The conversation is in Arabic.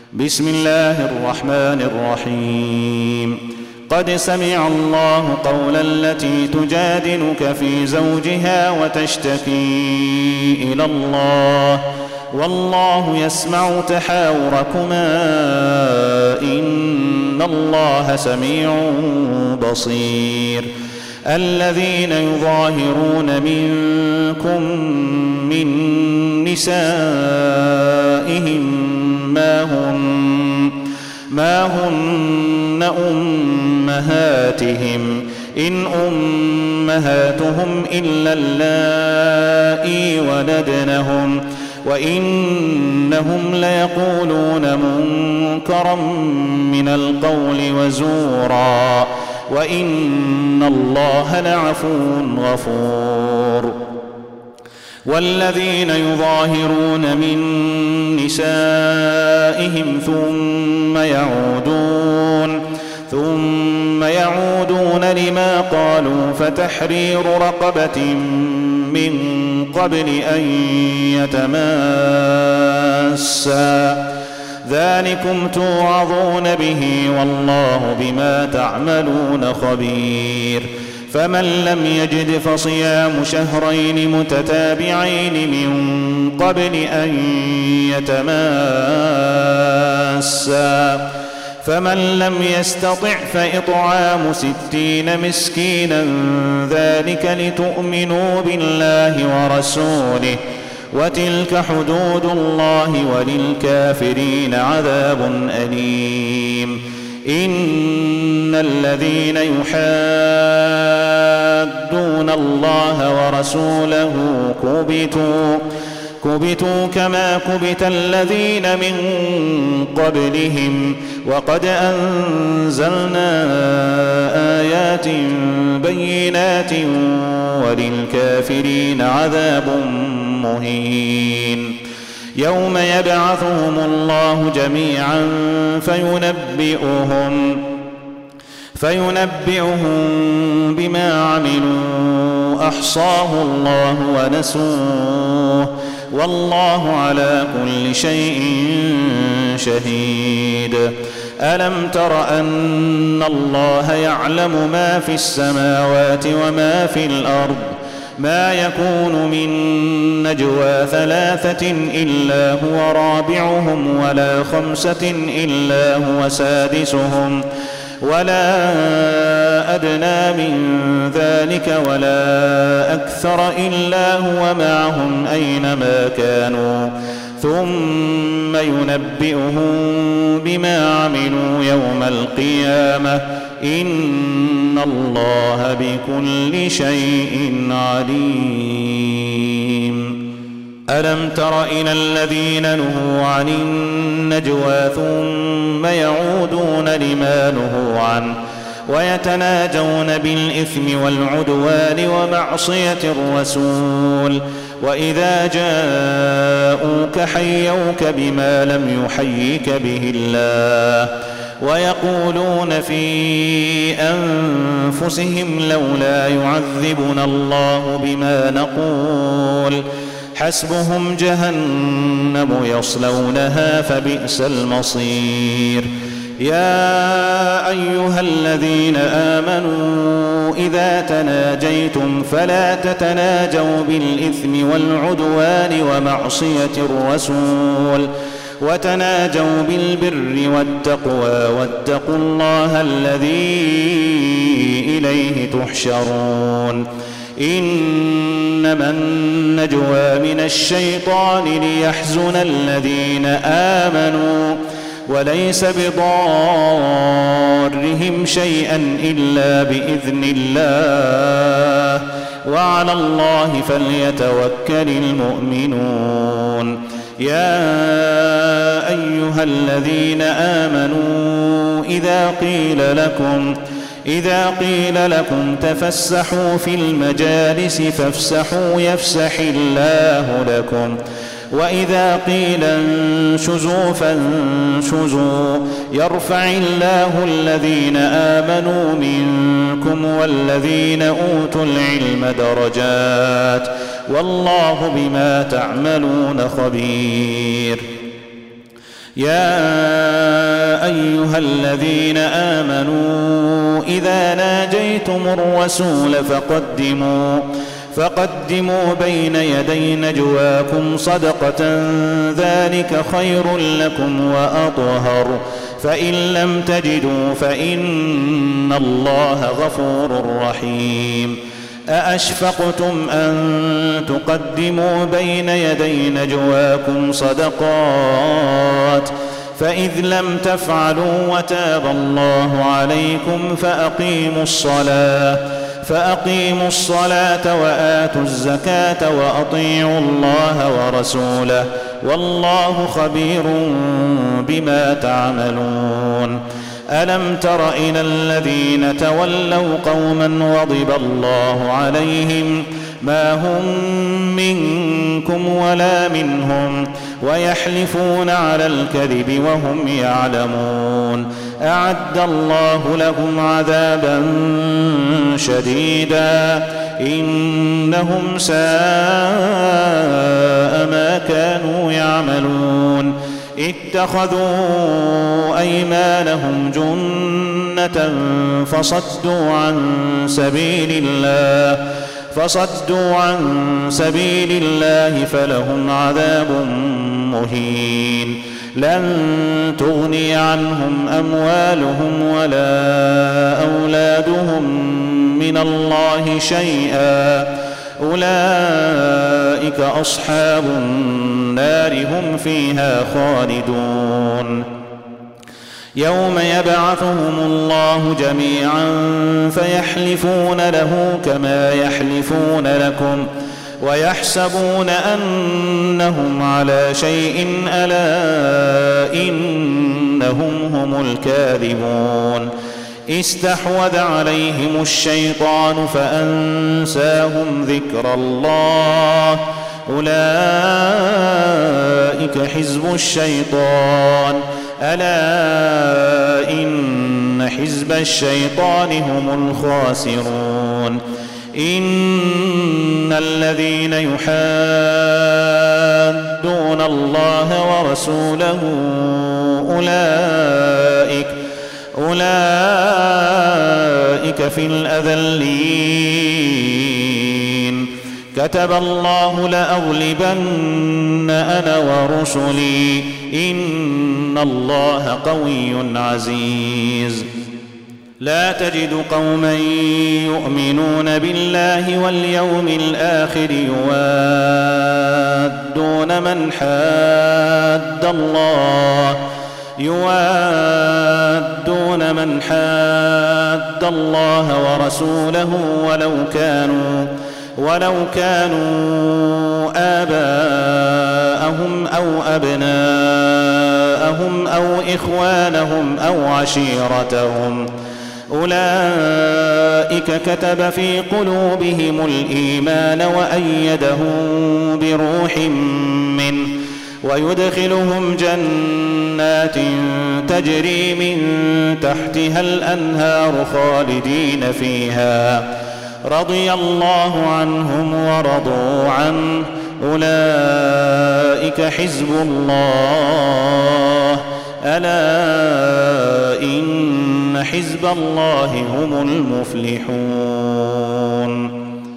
بسم الله الرحمن الرحيم. قد سمع الله قول التي تجادلك في زوجها وتشتكي إلى الله والله يسمع تحاوركما إن الله سميع بصير. الذين يظاهرون منكم من نسائهم ما هن أمهاتهم إن أمهاتهم إلا اللائي ولدنهم وإنهم ليقولون منكرا من القول وزورا وإن الله لعفو غفور. والذين يظاهرون من نسائهم ثم يعودون لما قالوا فتحرير رقبة من قبل أن يتماسا ذلكم توعظون به والله بما تعملون خبير. فمن لم يجد فصيام شهرين متتابعين من قبل أن يتماسا فمن لم يستطع فإطعام 60 مسكينا ذلك لتؤمنوا بالله ورسوله وتلك حدود الله وللكافرين عذاب أليم. إن الذين يحادون الله ورسوله كبتوا كما كبت الذين من قبلهم وقد أنزلنا آيات بينات وللكافرين عذاب مهين. يوم يبعثهم الله جميعا فينبئهم بما عملوا أحصاه الله ونسوه والله على كل شيء شهيد. ألم تر أن الله يعلم ما في السماوات وما في الأرض ما يكون من نجوى 3 إلا هو رابعهم ولا 5 إلا هو سادسهم ولا أدنى من ذلك ولا أكثر إلا هو معهم أينما كانوا ثم ينبئهم بما عملوا يوم القيامة إن الله بكل شيء عليم. ألم تر إلى الذين نهوا عن النجوى ثم يعودون لما نهوا عنه ويتناجون بالإثم والعدوان ومعصية الرسول وإذا جاءوك حيوك بما لم يحيك به الله ويقولون في أنفسهم لولا يعذبنا الله بما نقول حسبهم جهنم يصلونها فبئس المصير. يا أيها الذين آمنوا إذا تناجيتم فلا تتناجوا بالإثم والعدوان ومعصية الرسول وتناجوا بالبر والتقوى واتقوا الله الذي إليه تحشرون. إنما النجوى من الشيطان ليحزن الذين آمنوا وليس بضارهم شيئا إلا بإذن الله وعلى الله فليتوكل المؤمنون. يا أيها الذين آمنوا إذا قيل لكم تفسحوا في المجالس فافسحوا يفسح الله لكم وإذا قيل انشزوا فانشزوا يرفع الله الذين آمنوا منكم والذين أوتوا العلم درجات والله بما تعملون خبير. يا أيها الذين آمنوا إذا ناجيتم الرسول فقدموا بين يدي نجواكم صدقة ذلك خير لكم وأطهر فإن لم تجدوا فإن الله غفور رحيم أأشفقتم أن تقدموا بين يدي نجواكم صدقات فإذ لم تفعلوا وتاب الله عليكم فأقيموا الصلاة وآتوا الزكاة وأطيعوا الله ورسوله والله خبير بما تعملون ألم تر إلى الذين تولوا قوما غضب الله عليهم ما هم منكم ولا منهم ويحلفون على الكذب وهم يعلمون أعد الله لهم عذابا شديدا إنهم ساء ما كانوا يعملون اتخذوا أيمانهم جنة فصدوا عن سبيل الله فلهم عذاب مهين لن تغني عنهم أموالهم ولا أولادهم من الله شيئا أولئك أصحاب النار هم فيها خالدون يوم يبعثهم الله جميعا فيحلفون له كما يحلفون لكم ويحسبون أنهم على شيء ألا إنهم هم الكاذبون استحوذ عليهم الشيطان فأنساهم ذكر الله أولئك حزب الشيطان ألا إن حزب الشيطان هم الخاسرون إن الذين يحادون الله ورسوله أولئك في الأذلين كتب الله لأغلبن أنا ورسلي إن الله قوي عزيز لا تجد قوما يؤمنون بالله واليوم الآخر يوادون من حاد الله ورسوله ولو كانوا آباءهم أو أبناءهم أو إخوانهم أو عشيرتهم أولئك كتب في قلوبهم الإيمان وأيدهم بروح منه ويدخلهم جنات تجري من تحتها الأنهار خالدين فيها رضي الله عنهم ورضوا عنه أولئك حزب الله ألا إن حزب الله هم المفلحون